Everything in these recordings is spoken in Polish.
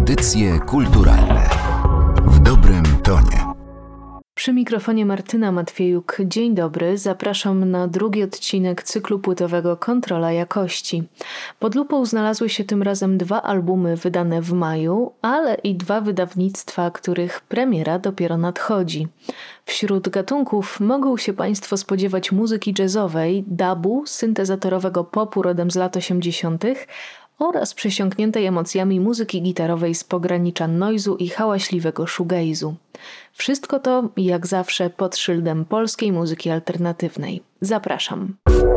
Audycje kulturalne w dobrym tonie. Przy mikrofonie Martyna Matwiejuk. Dzień dobry, zapraszam na drugi odcinek cyklu płytowego Kontrola Jakości. Pod lupą znalazły się tym razem 2 albumy wydane w maju, ale i 2 wydawnictwa, których premiera dopiero nadchodzi. Wśród gatunków mogą się Państwo spodziewać muzyki jazzowej, dubu, syntezatorowego popu rodem z lat 80. oraz przesiąkniętej emocjami muzyki gitarowej z pogranicza noizu i hałaśliwego shoegaze'u. Wszystko to, jak zawsze, pod szyldem polskiej muzyki alternatywnej. Zapraszam.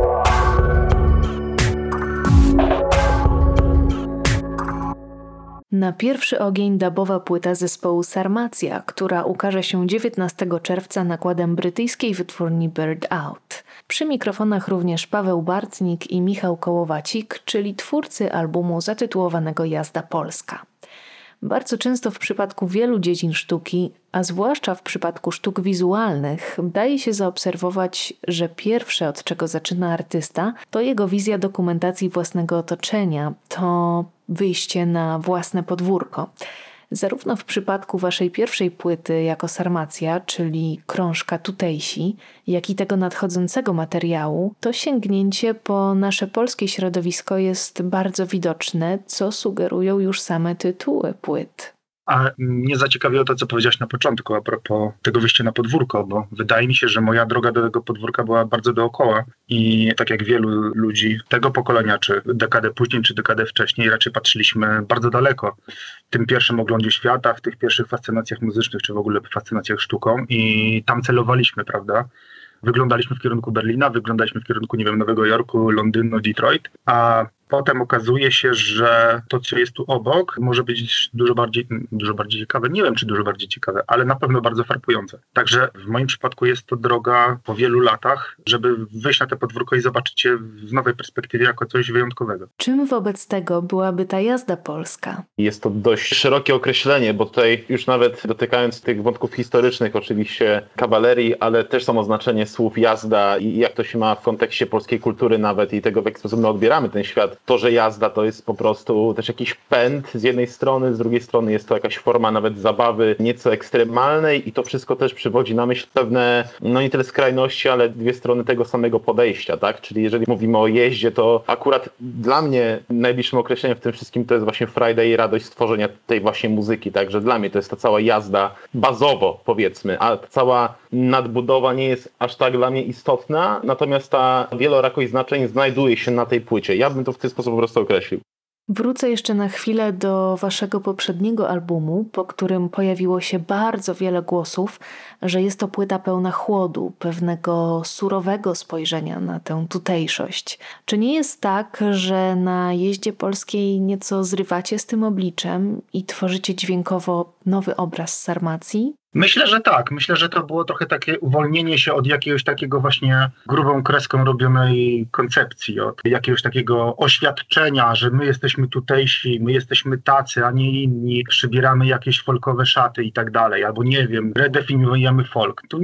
Na pierwszy ogień dubowa płyta zespołu Sarmacja, która ukaże się 19 czerwca nakładem brytyjskiej wytwórni Bird Out. Przy mikrofonach również Paweł Bartnik i Michał Kołowacik, czyli twórcy albumu zatytułowanego Jazda Polska. Bardzo często w przypadku wielu dziedzin sztuki, a zwłaszcza w przypadku sztuk wizualnych, daje się zaobserwować, że pierwsze, od czego zaczyna artysta, to jego wizja dokumentacji własnego otoczenia, to wyjście na własne podwórko. Zarówno w przypadku waszej pierwszej płyty jako Sarmacja, czyli krążka tutejsi, jak i tego nadchodzącego materiału, to sięgnięcie po nasze polskie środowisko jest bardzo widoczne, co sugerują już same tytuły płyt. A mnie zaciekawiło to, co powiedziałaś na początku a propos tego wyjścia na podwórko, bo wydaje mi się, że moja droga do tego podwórka była bardzo dookoła i tak jak wielu ludzi tego pokolenia, czy dekadę później, czy dekadę wcześniej, raczej patrzyliśmy bardzo daleko w tym pierwszym oglądzie świata, w tych pierwszych fascynacjach muzycznych, czy w ogóle fascynacjach sztuką i tam celowaliśmy, prawda? Wyglądaliśmy w kierunku Berlina, wyglądaliśmy w kierunku, Nowego Jorku, Londynu, Detroit, a potem okazuje się, że to, co jest tu obok, może być dużo bardziej ciekawe. Nie wiem, czy dużo bardziej ciekawe, ale na pewno bardzo frapujące. Także w moim przypadku jest to droga po wielu latach, żeby wyjść na te podwórko i zobaczyć je w nowej perspektywie jako coś wyjątkowego. Czym wobec tego byłaby ta jazda polska? Jest to dość szerokie określenie, bo tutaj już nawet dotykając tych wątków historycznych, oczywiście kawalerii, ale też samo znaczenie słów jazda i jak to się ma w kontekście polskiej kultury nawet i tego, w jaki sposób my odbieramy ten świat. To, że jazda to jest po prostu też jakiś pęd z jednej strony, z drugiej strony jest to jakaś forma nawet zabawy nieco ekstremalnej i to wszystko też przywodzi na myśl pewne, nie tyle skrajności, ale 2 strony tego samego podejścia, tak? Czyli jeżeli mówimy o jeździe, to akurat dla mnie najbliższym określeniem w tym wszystkim to jest właśnie Friday i radość stworzenia tej właśnie muzyki, także dla mnie to jest ta cała jazda bazowo, powiedzmy, a ta cała nadbudowa nie jest aż tak dla mnie istotna, natomiast ta wielorakość znaczeń znajduje się na tej płycie. Ja bym to w ten sposób po prostu określił. Wrócę jeszcze na chwilę do waszego poprzedniego albumu, po którym pojawiło się bardzo wiele głosów, że jest to płyta pełna chłodu, pewnego surowego spojrzenia na tę tutejszość. Czy nie jest tak, że na jeździe polskiej nieco zrywacie z tym obliczem i tworzycie dźwiękowo nowy obraz Sarmacji? Myślę, że tak. Myślę, że to było trochę takie uwolnienie się od jakiegoś takiego właśnie grubą kreską robionej koncepcji, od jakiegoś takiego oświadczenia, że my jesteśmy tutejsi, my jesteśmy tacy, a nie inni, przybieramy jakieś folkowe szaty i tak dalej, albo nie wiem, redefiniujemy folk. Tu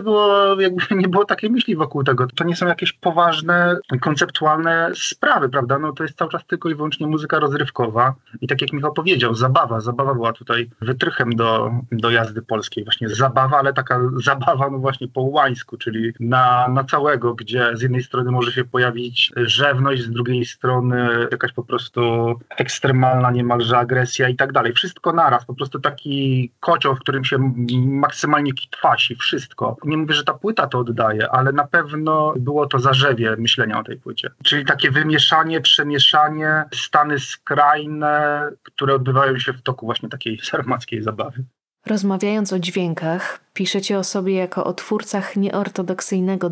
nie było takiej myśli wokół tego. To nie są jakieś poważne, konceptualne sprawy, prawda? No to jest cały czas tylko i wyłącznie muzyka rozrywkowa i tak jak Michał powiedział, zabawa była tutaj wytrychem do jazdy polskiej. Właśnie zabawa, ale taka zabawa właśnie po łańsku, czyli na całego, gdzie z jednej strony może się pojawić rzewność, z drugiej strony jakaś po prostu ekstremalna niemalże agresja i tak dalej. Wszystko naraz, po prostu taki kocioł, w którym się maksymalnie kitwasi, wszystko. Nie mówię, że ta płyta to oddaje, ale na pewno było to zarzewie myślenia o tej płycie. Czyli takie wymieszanie, przemieszanie, stany skrajne, które odbywają się w toku właśnie takiej sarmackiej zabawy. Rozmawiając o dźwiękach, piszecie o sobie jako o twórcach nieortodoksyjnego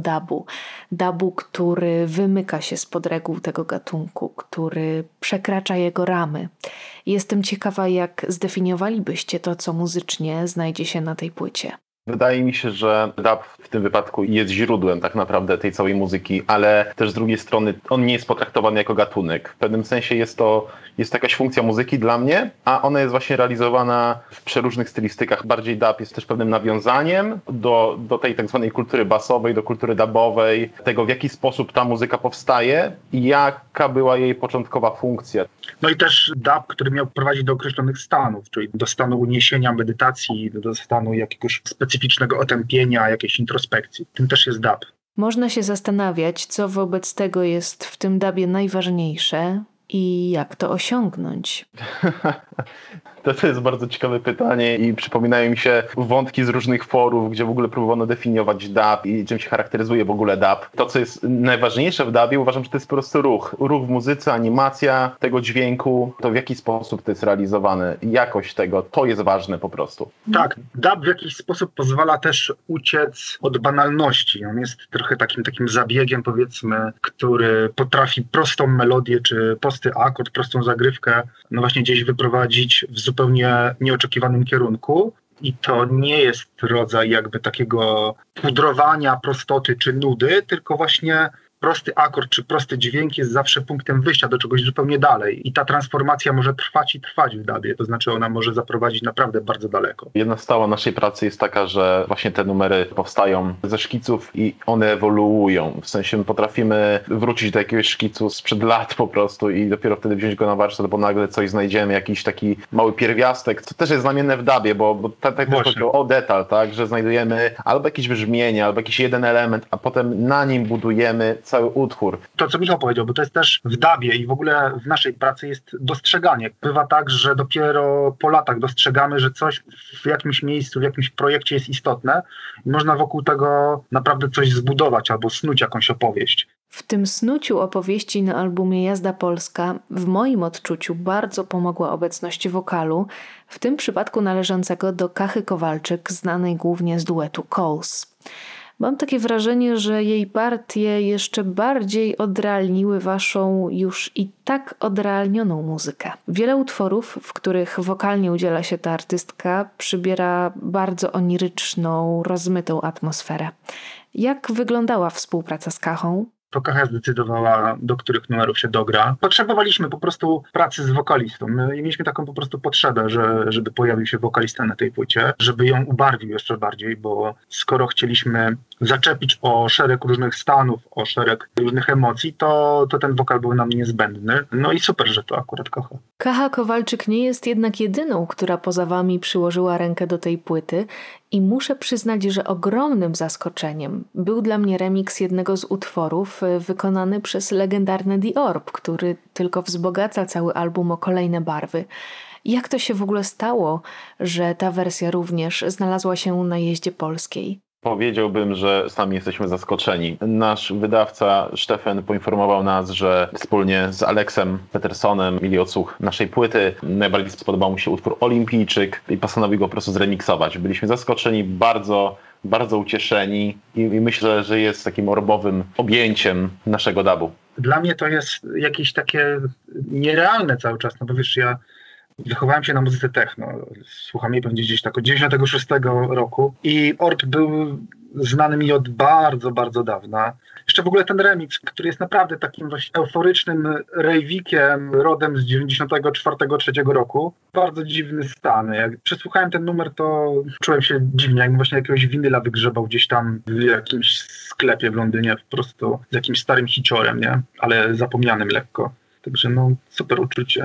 dubu, który wymyka się spod reguł tego gatunku, który przekracza jego ramy. Jestem ciekawa, jak zdefiniowalibyście to, co muzycznie znajdzie się na tej płycie. Wydaje mi się, że dub w tym wypadku jest źródłem tak naprawdę tej całej muzyki, ale też z drugiej strony on nie jest potraktowany jako gatunek. W pewnym sensie jest jakaś funkcja muzyki dla mnie, a ona jest właśnie realizowana w przeróżnych stylistykach. Bardziej dub jest też pewnym nawiązaniem do tej tak zwanej kultury basowej, do kultury dubowej, tego w jaki sposób ta muzyka powstaje i jaka była jej początkowa funkcja. No i też dub, który miał prowadzić do określonych stanów, czyli do stanu uniesienia, medytacji, do stanu jakiegoś specyficznego otępienia, jakiejś introspekcji. Tym też jest dub. Można się zastanawiać, co wobec tego jest w tym dubie najważniejsze i jak to osiągnąć. To jest bardzo ciekawe pytanie i przypominają mi się wątki z różnych forów, gdzie w ogóle próbowano definiować dub i czym się charakteryzuje w ogóle dub. To, co jest najważniejsze w dubie, uważam, że to jest po prostu ruch. Ruch w muzyce, animacja tego dźwięku, to w jaki sposób to jest realizowane, jakość tego, to jest ważne po prostu. Tak, dub w jakiś sposób pozwala też uciec od banalności. On jest trochę takim zabiegiem, powiedzmy, który potrafi prostą melodię, czy prosty akord, prostą zagrywkę, no właśnie gdzieś wyprowadzić w zupełnie nieoczekiwanym kierunku. I to nie jest rodzaj jakby takiego pudrowania, prostoty czy nudy, tylko właśnie prosty akord czy prosty dźwięk jest zawsze punktem wyjścia do czegoś zupełnie dalej. I ta transformacja może trwać i trwać w dubie, to znaczy ona może zaprowadzić naprawdę bardzo daleko. Jedna stała naszej pracy jest taka, że właśnie te numery powstają ze szkiców i one ewoluują. W sensie my potrafimy wrócić do jakiegoś szkicu sprzed lat po prostu i dopiero wtedy wziąć go na warsztat, bo nagle coś znajdziemy, jakiś taki mały pierwiastek, co też jest znamienne w dubie, bo tak też chodzi o detal, tak, że znajdujemy albo jakieś brzmienie, albo jakiś jeden element, a potem na nim budujemy cały utwór. To, co Michał powiedział, bo to jest też w dubie i w ogóle w naszej pracy jest dostrzeganie. Bywa tak, że dopiero po latach dostrzegamy, że coś w jakimś miejscu, w jakimś projekcie jest istotne i można wokół tego naprawdę coś zbudować albo snuć jakąś opowieść. W tym snuciu opowieści na albumie Jazda Polska w moim odczuciu bardzo pomogła obecność wokalu, w tym przypadku należącego do Kachy Kowalczyk, znanej głównie z duetu Coles. Mam takie wrażenie, że jej partie jeszcze bardziej odrealniły waszą już i tak odrealnioną muzykę. Wiele utworów, w których wokalnie udziela się ta artystka, przybiera bardzo oniryczną, rozmytą atmosferę. Jak wyglądała współpraca z Kachą? To Kacha zdecydowała, do których numerów się dogra. Potrzebowaliśmy po prostu pracy z wokalistą. My mieliśmy taką po prostu potrzebę, żeby pojawił się wokalista na tej płycie, żeby ją ubarwił jeszcze bardziej, bo skoro chcieliśmy zaczepić o szereg różnych stanów, o szereg różnych emocji, to ten wokal był nam niezbędny. No i super, że to akurat Kacha. Kacha Kowalczyk nie jest jednak jedyną, która poza wami przyłożyła rękę do tej płyty i muszę przyznać, że ogromnym zaskoczeniem był dla mnie remix jednego z utworów wykonany przez legendarny The Orb, który tylko wzbogaca cały album o kolejne barwy. Jak to się w ogóle stało, że ta wersja również znalazła się na Jeździe Polskiej? Powiedziałbym, że sami jesteśmy zaskoczeni. Nasz wydawca Stefan poinformował nas, że wspólnie z Aleksem Petersonem mieli odsłuch naszej płyty. Najbardziej spodobał mu się utwór Olimpijczyk i postanowił go po prostu zremiksować. Byliśmy zaskoczeni, bardzo, bardzo ucieszeni i myślę, że jest takim orbowym objęciem naszego dubu. Dla mnie to jest jakieś takie nierealne cały czas, no bo wiesz, ja wychowałem się na muzyce techno. Słucham jej będzie gdzieś tak od 96 roku i Orb był znany mi od bardzo, bardzo dawna. Jeszcze w ogóle ten remix, który jest naprawdę takim właśnie euforycznym rejwikiem rodem z 94-3 roku. Bardzo dziwny stan. Jak przesłuchałem ten numer, to czułem się dziwnie, jakbym właśnie jakiegoś winyla wygrzebał gdzieś tam w jakimś sklepie w Londynie, po prostu z jakimś starym hiciorem, nie? Ale zapomnianym lekko. Także no super uczucie.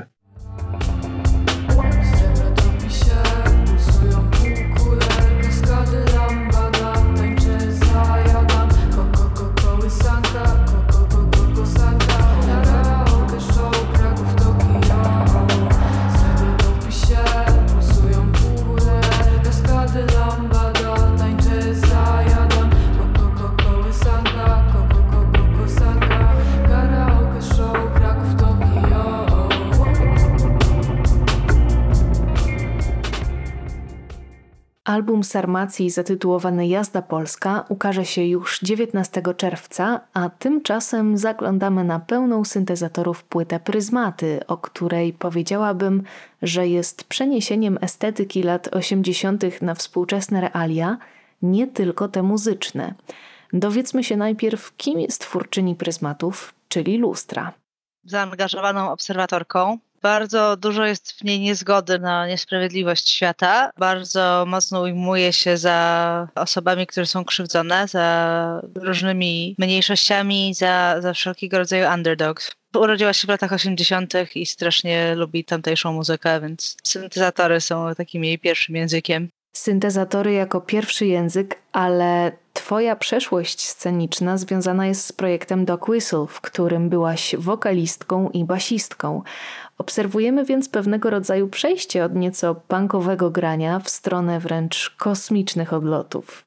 Album Sarmacji zatytułowany Jazda Polska ukaże się już 19 czerwca, a tymczasem zaglądamy na pełną syntezatorów płytę Pryzmaty, o której powiedziałabym, że jest przeniesieniem estetyki lat 80. na współczesne realia nie tylko te muzyczne. Dowiedzmy się najpierw, kim jest twórczyni Pryzmatów, czyli Lustra. Zaangażowaną obserwatorką. Bardzo dużo jest w niej niezgody na niesprawiedliwość świata. Bardzo mocno ujmuje się za osobami, które są krzywdzone, za różnymi mniejszościami, za wszelkiego rodzaju underdogs. Urodziła się w latach 80. i strasznie lubi tamtejszą muzykę, więc syntezatory są takim jej pierwszym językiem. Syntezatory jako pierwszy język, ale twoja przeszłość sceniczna związana jest z projektem Dog Whistle, w którym byłaś wokalistką i basistką. Obserwujemy więc pewnego rodzaju przejście od nieco punkowego grania w stronę wręcz kosmicznych odlotów.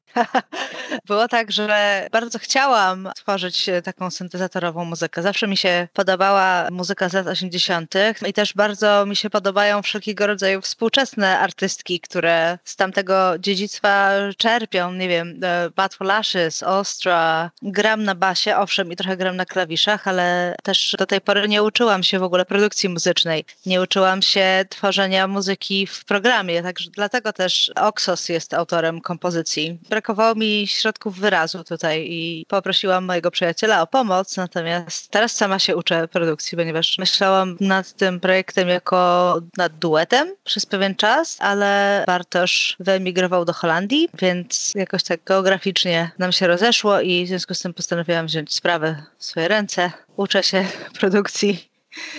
Było tak, że bardzo chciałam tworzyć taką syntezatorową muzykę. Zawsze mi się podobała muzyka z lat 80. i też bardzo mi się podobają wszelkiego rodzaju współczesne artystki, które z tamtego dziedzictwa czerpią. Nie wiem, Bad for Lashes, Ostra. Gram na basie, owszem, i trochę gram na klawiszach, ale też do tej pory nie uczyłam się w ogóle produkcji muzycznej. Nie uczyłam się tworzenia muzyki w programie, także dlatego też Oxos jest autorem kompozycji. Brakowało mi środków wyrazu tutaj i poprosiłam mojego przyjaciela o pomoc, natomiast teraz sama się uczę produkcji, ponieważ myślałam nad tym projektem jako nad duetem przez pewien czas, ale Bartosz wyemigrował do Holandii, więc jakoś tak geograficznie nam się rozeszło i w związku z tym postanowiłam wziąć sprawę w swoje ręce. Uczę się produkcji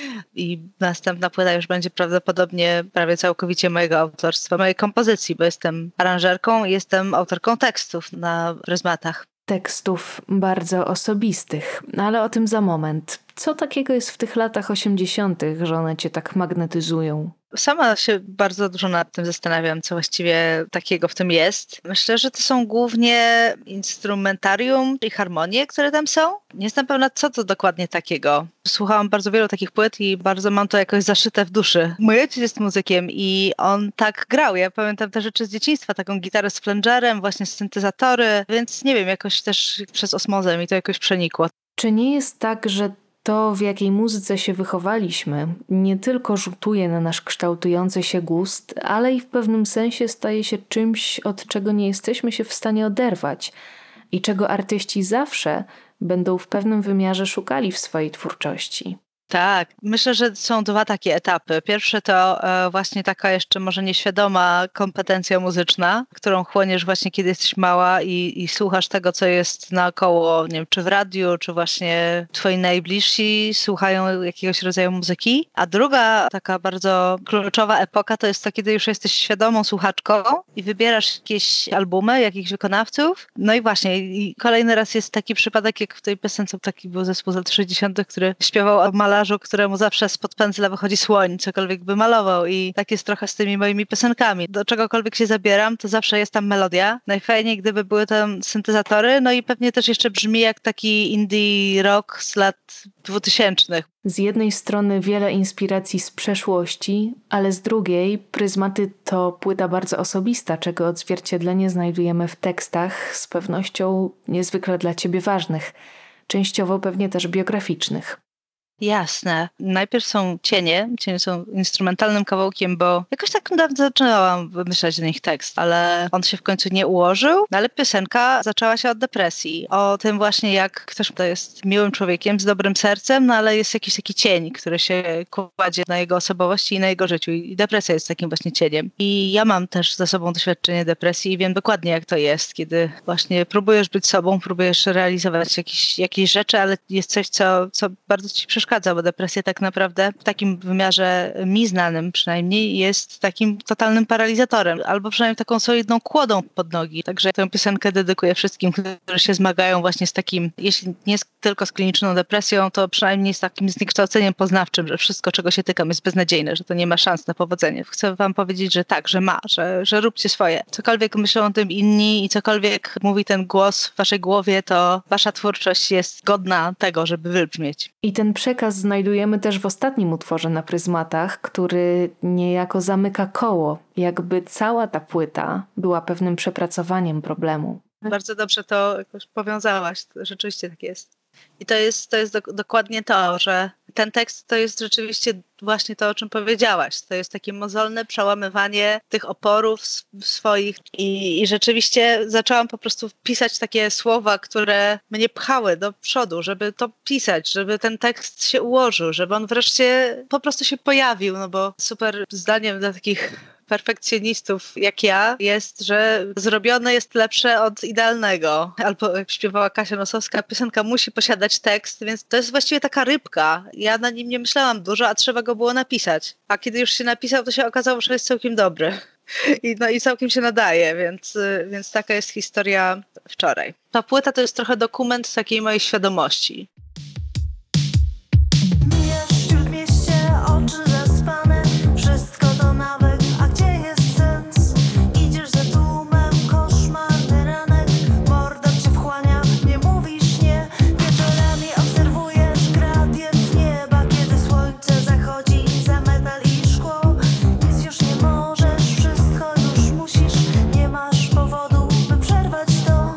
i następna płyta już będzie prawdopodobnie prawie całkowicie mojego autorstwa, mojej kompozycji, bo jestem aranżerką i jestem autorką tekstów na Pryzmatach. Tekstów bardzo osobistych, ale o tym za moment. Co takiego jest w tych latach 80., że one cię tak magnetyzują? Sama się bardzo dużo nad tym zastanawiam, co właściwie takiego w tym jest. Myślę, że to są głównie instrumentarium i harmonie, które tam są. Nie jestem pewna, co to dokładnie takiego. Słuchałam bardzo wielu takich płyt i bardzo mam to jakoś zaszyte w duszy. Mój ojciec jest muzykiem i on tak grał. Ja pamiętam te rzeczy z dzieciństwa, taką gitarę z flangerem, właśnie syntezatory, więc nie wiem, jakoś też przez osmozę mi to jakoś przenikło. Czy nie jest tak, że to, w jakiej muzyce się wychowaliśmy, nie tylko rzutuje na nasz kształtujący się gust, ale i w pewnym sensie staje się czymś, od czego nie jesteśmy się w stanie oderwać i czego artyści zawsze będą w pewnym wymiarze szukali w swojej twórczości? Tak, myślę, że są dwa takie etapy. Pierwsze to właśnie taka jeszcze może nieświadoma kompetencja muzyczna, którą chłoniesz właśnie kiedy jesteś mała i słuchasz tego, co jest naokoło, nie wiem, czy w radiu, czy właśnie twoi najbliżsi słuchają jakiegoś rodzaju muzyki. A druga taka bardzo kluczowa epoka to jest to, kiedy już jesteś świadomą słuchaczką i wybierasz jakieś albumy, jakichś wykonawców. No i właśnie, i kolejny raz jest taki przypadek, jak w tej piosence, taki był zespół z lat 60., który śpiewał o malarzu, któremu zawsze spod pędzla wychodzi słoń, cokolwiek by malował i tak jest trochę z tymi moimi piosenkami. Do czegokolwiek się zabieram, to zawsze jest tam melodia. Najfajniej, gdyby były tam syntezatory, no i pewnie też jeszcze brzmi jak taki indie rock z lat 2000. Z jednej strony wiele inspiracji z przeszłości, ale z drugiej Pryzmaty to płyta bardzo osobista, czego odzwierciedlenie znajdujemy w tekstach z pewnością niezwykle dla ciebie ważnych, częściowo pewnie też biograficznych. Jasne. Najpierw są cienie. Cienie są instrumentalnym kawałkiem, bo jakoś tak nawet zaczynałam wymyślać do nich tekst, ale on się w końcu nie ułożył. Ale piosenka zaczęła się od depresji. O tym właśnie, jak ktoś to jest miłym człowiekiem, z dobrym sercem, no ale jest jakiś taki cień, który się kładzie na jego osobowości i na jego życiu. I depresja jest takim właśnie cieniem. I ja mam też za sobą doświadczenie depresji i wiem dokładnie, jak to jest, kiedy właśnie próbujesz być sobą, próbujesz realizować jakieś rzeczy, ale jest coś, co bardzo ci przeszkadza, bo depresja tak naprawdę w takim wymiarze mi znanym przynajmniej jest takim totalnym paralizatorem, albo przynajmniej taką solidną kłodą pod nogi. Także tę piosenkę dedykuję wszystkim, którzy się zmagają właśnie z takim, jeśli nie tylko z kliniczną depresją, to przynajmniej z takim zniekształceniem poznawczym, że wszystko, czego się tykam, jest beznadziejne, że to nie ma szans na powodzenie. Chcę wam powiedzieć, że tak, że ma, że róbcie swoje. Cokolwiek myślą o tym inni i cokolwiek mówi ten głos w waszej głowie, to wasza twórczość jest godna tego, żeby wybrzmieć. I ten przekaz znajdujemy też w ostatnim utworze na Pryzmatach, który niejako zamyka koło, jakby cała ta płyta była pewnym przepracowaniem problemu. Bardzo dobrze to jakoś powiązałaś, to rzeczywiście tak jest. I to jest dokładnie to, że ten tekst to jest rzeczywiście właśnie to, o czym powiedziałaś. To jest takie mozolne przełamywanie tych oporów swoich i rzeczywiście zaczęłam po prostu pisać takie słowa, które mnie pchały do przodu, żeby to pisać, żeby ten tekst się ułożył, żeby on wreszcie po prostu się pojawił, no bo super zdaniem dla takich perfekcjonistów jak ja jest, że zrobione jest lepsze od idealnego. Albo jak śpiewała Kasia Nosowska, piosenka musi posiadać tekst, więc to jest właściwie taka rybka. Ja na nim nie myślałam dużo, a trzeba go było napisać. A kiedy już się napisał, to się okazało, że jest całkiem dobry. I całkiem się nadaje, więc taka jest historia wczoraj. Ta płyta to jest trochę dokument takiej mojej świadomości. Mijasz w śródmieście, oczy zaspane, wszystko to nawyk, a gdzie jest sens? Idziesz za tłumem, koszmarny ranek, morda cię wchłania, nie mówisz nie. Wieczorami obserwujesz gradient nieba, kiedy słońce zachodzi za metal i szkło. Nic już nie możesz, wszystko już musisz, nie masz powodu, by przerwać to.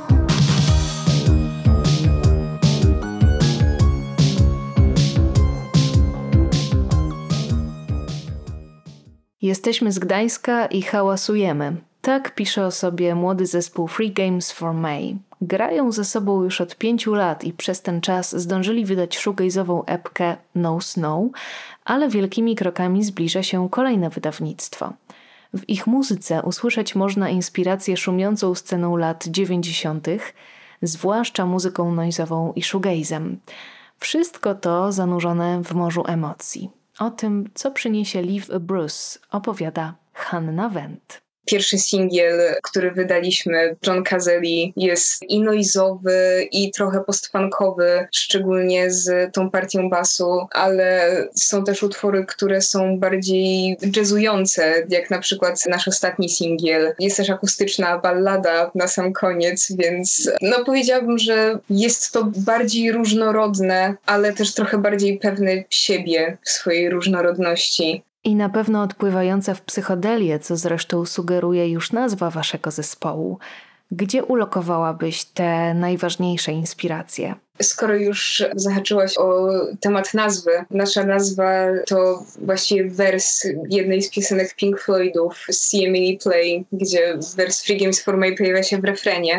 Jesteśmy z Gdańska i hałasujemy. Tak pisze o sobie młody zespół Free Games for May. Grają ze sobą już od 5 lat i przez ten czas zdążyli wydać shoegaze'ową epkę No Snow, ale wielkimi krokami zbliża się kolejne wydawnictwo. W ich muzyce usłyszeć można inspirację szumiącą sceną lat 90., zwłaszcza muzyką noizową i shoegazem. Wszystko to zanurzone w morzu emocji. O tym, co przyniesie Live a Bruce, opowiada Hanna Wendt. Pierwszy singiel, który wydaliśmy, John Cazale, jest i noizowy, i trochę postpunkowy, szczególnie z tą partią basu, ale są też utwory, które są bardziej jazzujące, jak na przykład nasz ostatni singiel. Jest też akustyczna ballada na sam koniec, więc powiedziałabym, że jest to bardziej różnorodne, ale też trochę bardziej pewne siebie w swojej różnorodności. I na pewno odpływające w psychodelię, co zresztą sugeruje już nazwa waszego zespołu. Gdzie ulokowałabyś te najważniejsze inspiracje? Skoro już zahaczyłaś o temat nazwy, nasza nazwa to właściwie wers jednej z piosenek Pink Floydów, See Emily Play, gdzie wers Free Games for May pojawia się w refrenie.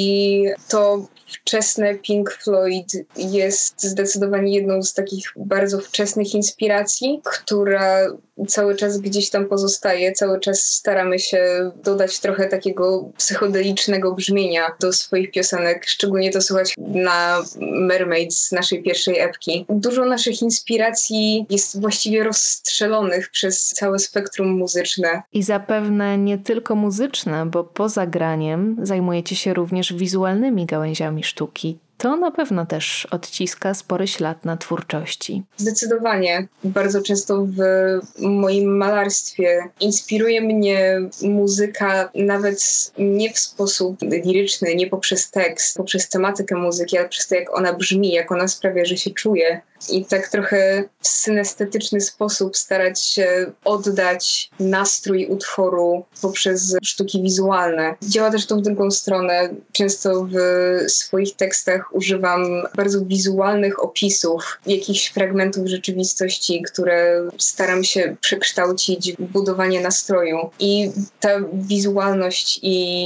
I to wczesne Pink Floyd jest zdecydowanie jedną z takich bardzo wczesnych inspiracji, która cały czas gdzieś tam pozostaje, cały czas staramy się dodać trochę takiego psychodelicznego brzmienia do swoich piosenek, szczególnie to słychać na Mermaids z naszej pierwszej epki. Dużo naszych inspiracji jest właściwie rozstrzelonych przez całe spektrum muzyczne. I zapewne nie tylko muzyczne, bo poza graniem zajmujecie się również wizualnymi gałęziami sztuki. To na pewno też odciska spory ślad na twórczości. Zdecydowanie. Bardzo często w moim malarstwie inspiruje mnie muzyka nawet nie w sposób liryczny, nie poprzez tekst, poprzez tematykę muzyki, ale przez to, jak ona brzmi, jak ona sprawia, że się czuje. I tak trochę w synestetyczny sposób starać się oddać nastrój utworu poprzez sztuki wizualne. Działa też to w drugą stronę. Często w swoich tekstach używam bardzo wizualnych opisów jakichś fragmentów rzeczywistości, które staram się przekształcić w budowanie nastroju. I ta wizualność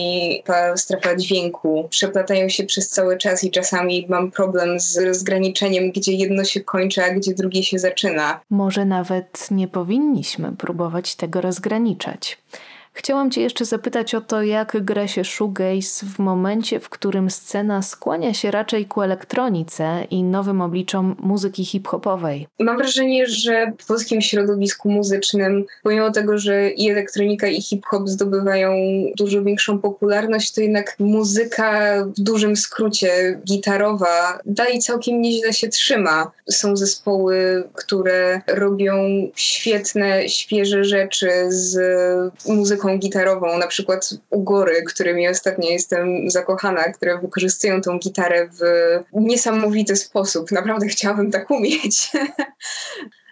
i ta strefa dźwięku przeplatają się przez cały czas i czasami mam problem z rozgraniczeniem, gdzie jedno się kończy, a gdzie drugie się zaczyna. Może nawet nie powinniśmy próbować tego rozgraniczać. Chciałam cię jeszcze zapytać o to, jak gra się shoegaze w momencie, w którym scena skłania się raczej ku elektronice i nowym obliczom muzyki hip-hopowej. Mam wrażenie, że w polskim środowisku muzycznym, pomimo tego, że i elektronika, i hip-hop zdobywają dużo większą popularność, to jednak muzyka w dużym skrócie gitarowa dalej całkiem nieźle się trzyma. Są zespoły, które robią świetne, świeże rzeczy z muzyką gitarową, na przykład Ugory, którymi ostatnio jestem zakochana, które wykorzystują tą gitarę w niesamowity sposób. Naprawdę chciałabym tak umieć.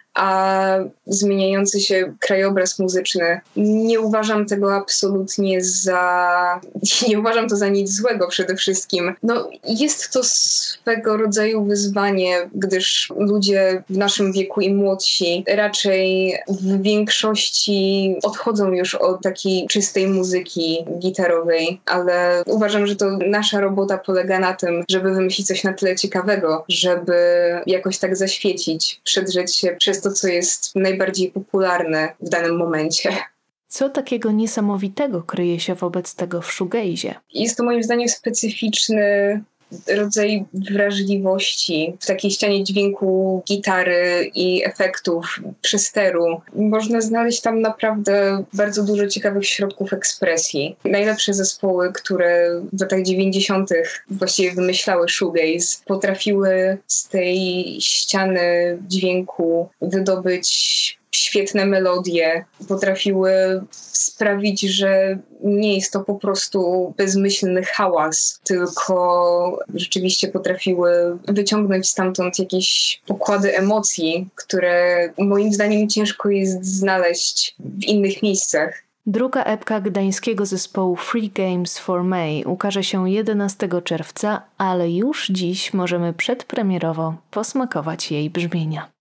a zmieniający się krajobraz muzyczny. Nie uważam tego absolutnie nie uważam to za nic złego przede wszystkim. No, jest to swego rodzaju wyzwanie, gdyż ludzie w naszym wieku i młodsi raczej w większości odchodzą już od takiej czystej muzyki gitarowej, ale uważam, że to nasza robota polega na tym, żeby wymyślić coś na tyle ciekawego, żeby jakoś tak zaświecić, przedrzeć się przez to, co jest najbardziej popularne w danym momencie. Co takiego niesamowitego kryje się wobec tego w shoegazie? Jest to moim zdaniem specyficzny rodzaj wrażliwości w takiej ścianie dźwięku gitary i efektów przesteru. Można znaleźć tam naprawdę bardzo dużo ciekawych środków ekspresji. Najlepsze zespoły, które w latach 90. właściwie wymyślały shoegaze, potrafiły z tej ściany dźwięku wydobyć świetne melodie, potrafiły sprawić, że nie jest to po prostu bezmyślny hałas, tylko rzeczywiście potrafiły wyciągnąć stamtąd jakieś pokłady emocji, które moim zdaniem ciężko jest znaleźć w innych miejscach. Druga epka gdańskiego zespołu Free Games for May ukaże się 11 czerwca, ale już dziś możemy przedpremierowo posmakować jej brzmienia.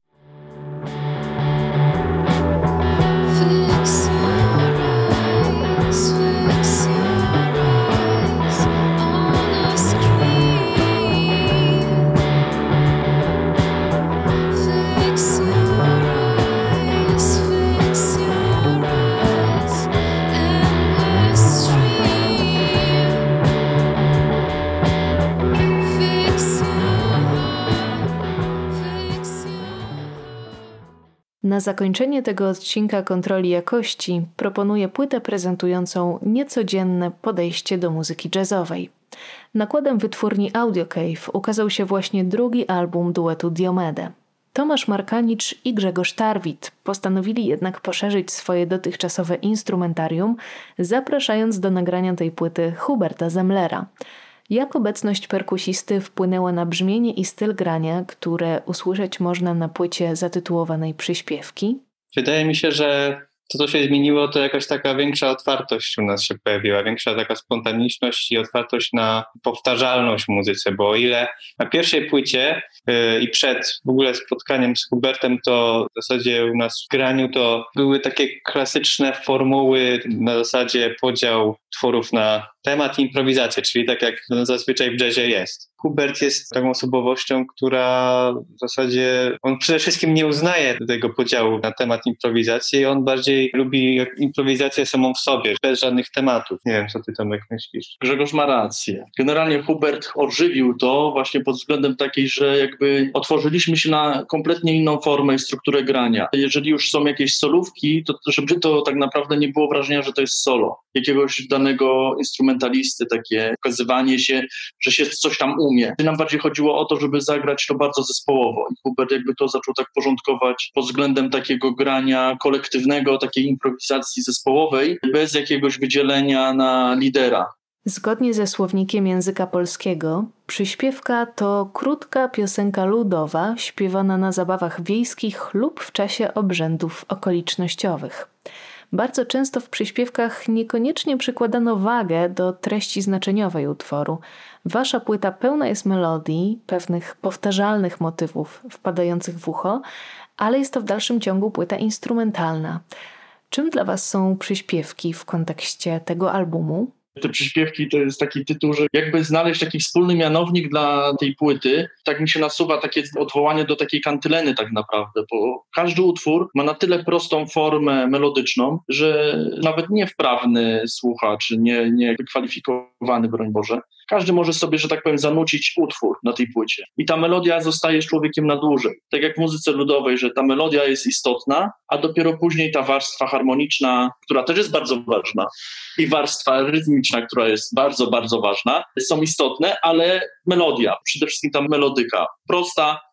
Na zakończenie tego odcinka Kontroli Jakości proponuję płytę prezentującą niecodzienne podejście do muzyki jazzowej. Nakładem wytwórni Audio Cave ukazał się właśnie drugi album duetu Diomedę. Tomasz Markanicz i Grzegorz Tarwit postanowili jednak poszerzyć swoje dotychczasowe instrumentarium, zapraszając do nagrania tej płyty Huberta Zemlera. Jak obecność perkusisty wpłynęła na brzmienie i styl grania, które usłyszeć można na płycie zatytułowanej Przyśpiewki? Wydaje mi się, że to, co się zmieniło, to jakaś taka większa otwartość u nas się pojawiła, większa taka spontaniczność i otwartość na powtarzalność w muzyce, bo o ile na pierwszej płycie i przed w ogóle spotkaniem z Hubertem, to w zasadzie u nas w graniu to były takie klasyczne formuły na zasadzie podział utworów na temat i improwizację, czyli tak jak zazwyczaj w jazzie jest. Hubert jest taką osobowością, która w zasadzie, on przede wszystkim nie uznaje tego podziału na temat improwizacji, on bardziej lubi improwizację samą w sobie, bez żadnych tematów. Nie wiem, co ty, Tomek, myślisz? Grzegorz ma rację. Generalnie Hubert ożywił to właśnie pod względem takiej, że jakby otworzyliśmy się na kompletnie inną formę i strukturę grania. Jeżeli już są jakieś solówki, to żeby to tak naprawdę nie było wrażenia, że to jest solo jakiegoś danego instrumentalisty, takie pokazywanie się, że się coś tam umie. Nam bardziej chodziło o to, żeby zagrać to bardzo zespołowo. I Hubert jakby to zaczął tak porządkować pod względem takiego grania kolektywnego, takiej improwizacji zespołowej, bez jakiegoś wydzielenia na lidera. Zgodnie ze słownikiem języka polskiego, przyśpiewka to krótka piosenka ludowa śpiewana na zabawach wiejskich lub w czasie obrzędów okolicznościowych. Bardzo często w przyśpiewkach niekoniecznie przykładano wagę do treści znaczeniowej utworu. Wasza płyta pełna jest melodii, pewnych powtarzalnych motywów wpadających w ucho, ale jest to w dalszym ciągu płyta instrumentalna. Czym dla was są przyśpiewki w kontekście tego albumu? Te przyśpiewki to jest taki tytuł, że jakby znaleźć taki wspólny mianownik dla tej płyty, tak mi się nasuwa takie odwołanie do takiej kantyleny tak naprawdę, bo każdy utwór ma na tyle prostą formę melodyczną, że nawet niewprawny słuchacz, nie wykwalifikowany, broń Boże, każdy może sobie, że tak powiem, zanucić utwór na tej płycie. I ta melodia zostaje z człowiekiem na dłużej. Tak jak w muzyce ludowej, że ta melodia jest istotna, a dopiero później ta warstwa harmoniczna, która też jest bardzo ważna, i warstwa rytmiczna, która jest bardzo, bardzo ważna, są istotne, ale melodia, przede wszystkim ta melodyka, prosta,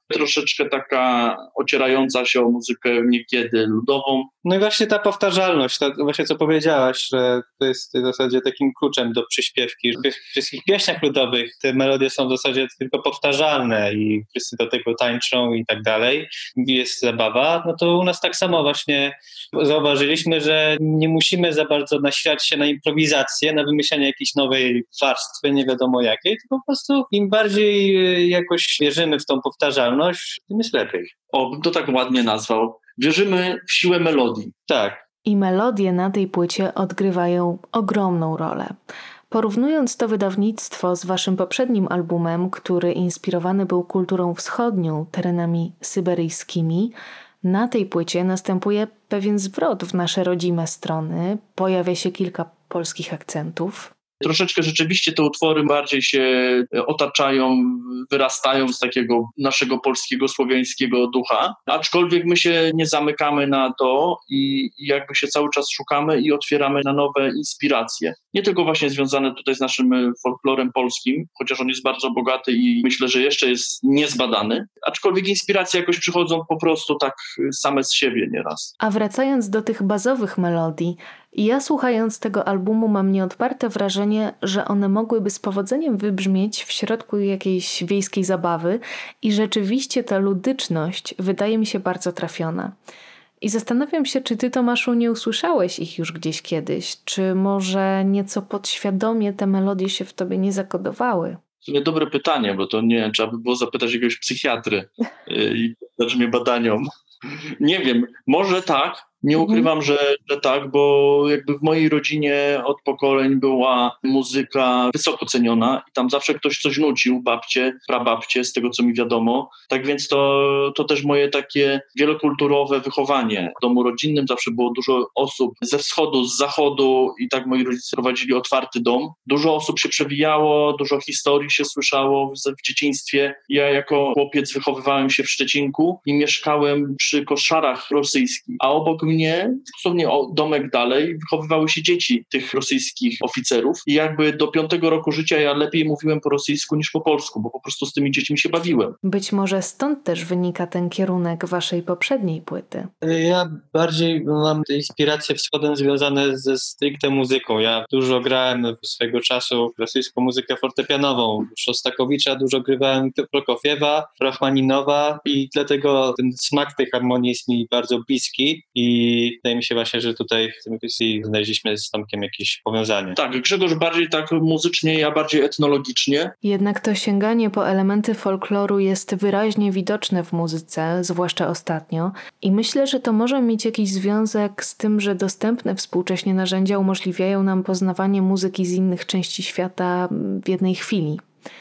troszeczkę taka ocierająca się o muzykę niekiedy ludową. No i właśnie ta powtarzalność, to właśnie co powiedziałaś, że to jest w zasadzie takim kluczem do przyśpiewki. W wszystkich pieśniach ludowych te melodie są w zasadzie tylko powtarzalne i wszyscy do tego tańczą i tak dalej. Jest zabawa. No to u nas tak samo właśnie zauważyliśmy, że nie musimy za bardzo nasilać się na improwizację, na wymyślanie jakiejś nowej warstwy, nie wiadomo jakiej, tylko po prostu im bardziej jakoś wierzymy w tą powtarzalność, tym jest lepiej. O, bym to tak ładnie nazwał. Wierzymy w siłę melodii. Tak. I melodie na tej płycie odgrywają ogromną rolę. Porównując to wydawnictwo z waszym poprzednim albumem, który inspirowany był kulturą wschodnią, terenami syberyjskimi, na tej płycie następuje pewien zwrot w nasze rodzime strony, pojawia się kilka polskich akcentów. Troszeczkę rzeczywiście te utwory bardziej się otaczają, wyrastają z takiego naszego polskiego, słowiańskiego ducha, aczkolwiek my się nie zamykamy na to i jakby się cały czas szukamy i otwieramy na nowe inspiracje. Nie tylko właśnie związane tutaj z naszym folklorem polskim, chociaż on jest bardzo bogaty i myślę, że jeszcze jest niezbadany, aczkolwiek inspiracje jakoś przychodzą po prostu tak same z siebie nieraz. A wracając do tych bazowych melodii, ja słuchając tego albumu mam nieodparte wrażenie, że one mogłyby z powodzeniem wybrzmieć w środku jakiejś wiejskiej zabawy i rzeczywiście ta ludyczność wydaje mi się bardzo trafiona. I zastanawiam się, czy ty, Tomaszu, nie usłyszałeś ich już gdzieś kiedyś, czy może nieco podświadomie te melodie się w tobie nie zakodowały? W sumie dobre pytanie, bo to nie, trzeba by było zapytać jakiegoś psychiatry i dać mnie badaniom. Nie wiem, może tak. Nie ukrywam, że tak, bo jakby w mojej rodzinie od pokoleń była muzyka wysoko ceniona i tam zawsze ktoś coś nucił, babcie, prababcie, z tego co mi wiadomo. Tak więc to też moje takie wielokulturowe wychowanie. W domu rodzinnym zawsze było dużo osób ze wschodu, z zachodu i tak moi rodzice prowadzili otwarty dom. Dużo osób się przewijało, dużo historii się słyszało w dzieciństwie. Ja jako chłopiec wychowywałem się w Szczecinku i mieszkałem przy koszarach rosyjskich, a obok mnie, dosłownie domek dalej, wychowywały się dzieci tych rosyjskich oficerów i jakby do 5 roku życia ja lepiej mówiłem po rosyjsku niż po polsku, bo po prostu z tymi dziećmi się bawiłem. Być może stąd też wynika ten kierunek waszej poprzedniej płyty. Ja bardziej mam te inspiracje wschodem związane ze stricte muzyką. Ja dużo grałem swego czasu rosyjską muzykę fortepianową. Szostakowicza dużo grywałem, Prokofiewa, Rachmaninowa i dlatego ten smak tej harmonii jest mi bardzo bliski i wydaje mi się właśnie, że tutaj w tym kwestii znaleźliśmy z Tomkiem jakieś powiązanie. Tak, Grzegorz bardziej tak muzycznie, ja bardziej etnologicznie. Jednak to sięganie po elementy folkloru jest wyraźnie widoczne w muzyce, zwłaszcza ostatnio, i myślę, że to może mieć jakiś związek z tym, że dostępne współcześnie narzędzia umożliwiają nam poznawanie muzyki z innych części świata w jednej chwili.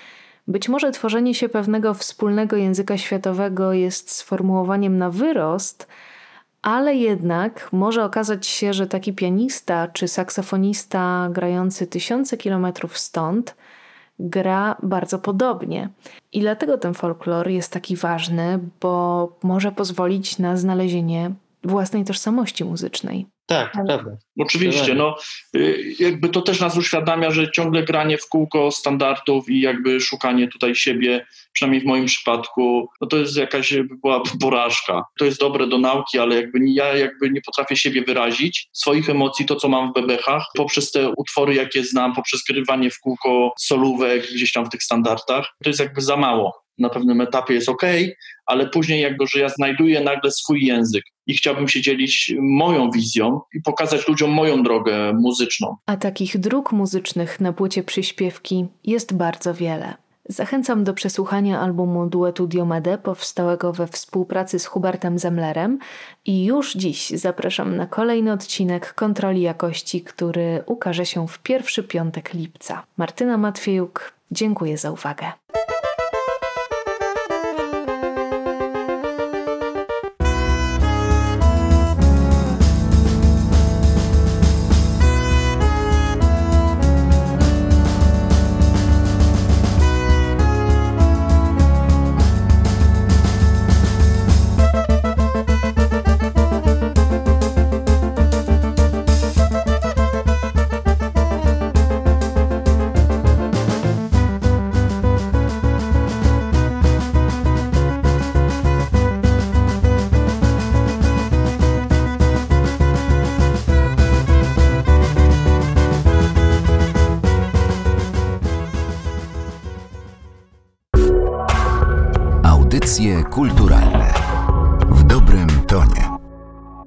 Być może tworzenie się pewnego wspólnego języka światowego jest sformułowaniem na wyrost, ale jednak może okazać się, że taki pianista czy saksofonista grający tysiące kilometrów stąd gra bardzo podobnie. I dlatego ten folklor jest taki ważny, bo może pozwolić na znalezienie własnej tożsamości muzycznej. Tak, prawda. Oczywiście, jakby to też nas uświadamia, że ciągle granie w kółko standardów i jakby szukanie tutaj siebie, przynajmniej w moim przypadku, to jest jakaś była porażka. To jest dobre do nauki, ale ja nie potrafię siebie wyrazić, swoich emocji, to co mam w bebechach, poprzez te utwory, jakie znam, poprzez grywanie w kółko solówek gdzieś tam w tych standardach. To jest jakby za mało. Na pewnym etapie jest okej, ale później że ja znajduję nagle swój język i chciałbym się dzielić moją wizją i pokazać ludziom moją drogę muzyczną. A takich dróg muzycznych na płycie Przyśpiewki jest bardzo wiele. Zachęcam do przesłuchania albumu duetu Diomede powstałego we współpracy z Hubertem Zemlerem i już dziś zapraszam na kolejny odcinek Kontroli Jakości, który ukaże się w pierwszy piątek lipca. Martyna Matwiejuk, dziękuję za uwagę. Audycje kulturalne w dobrym tonie.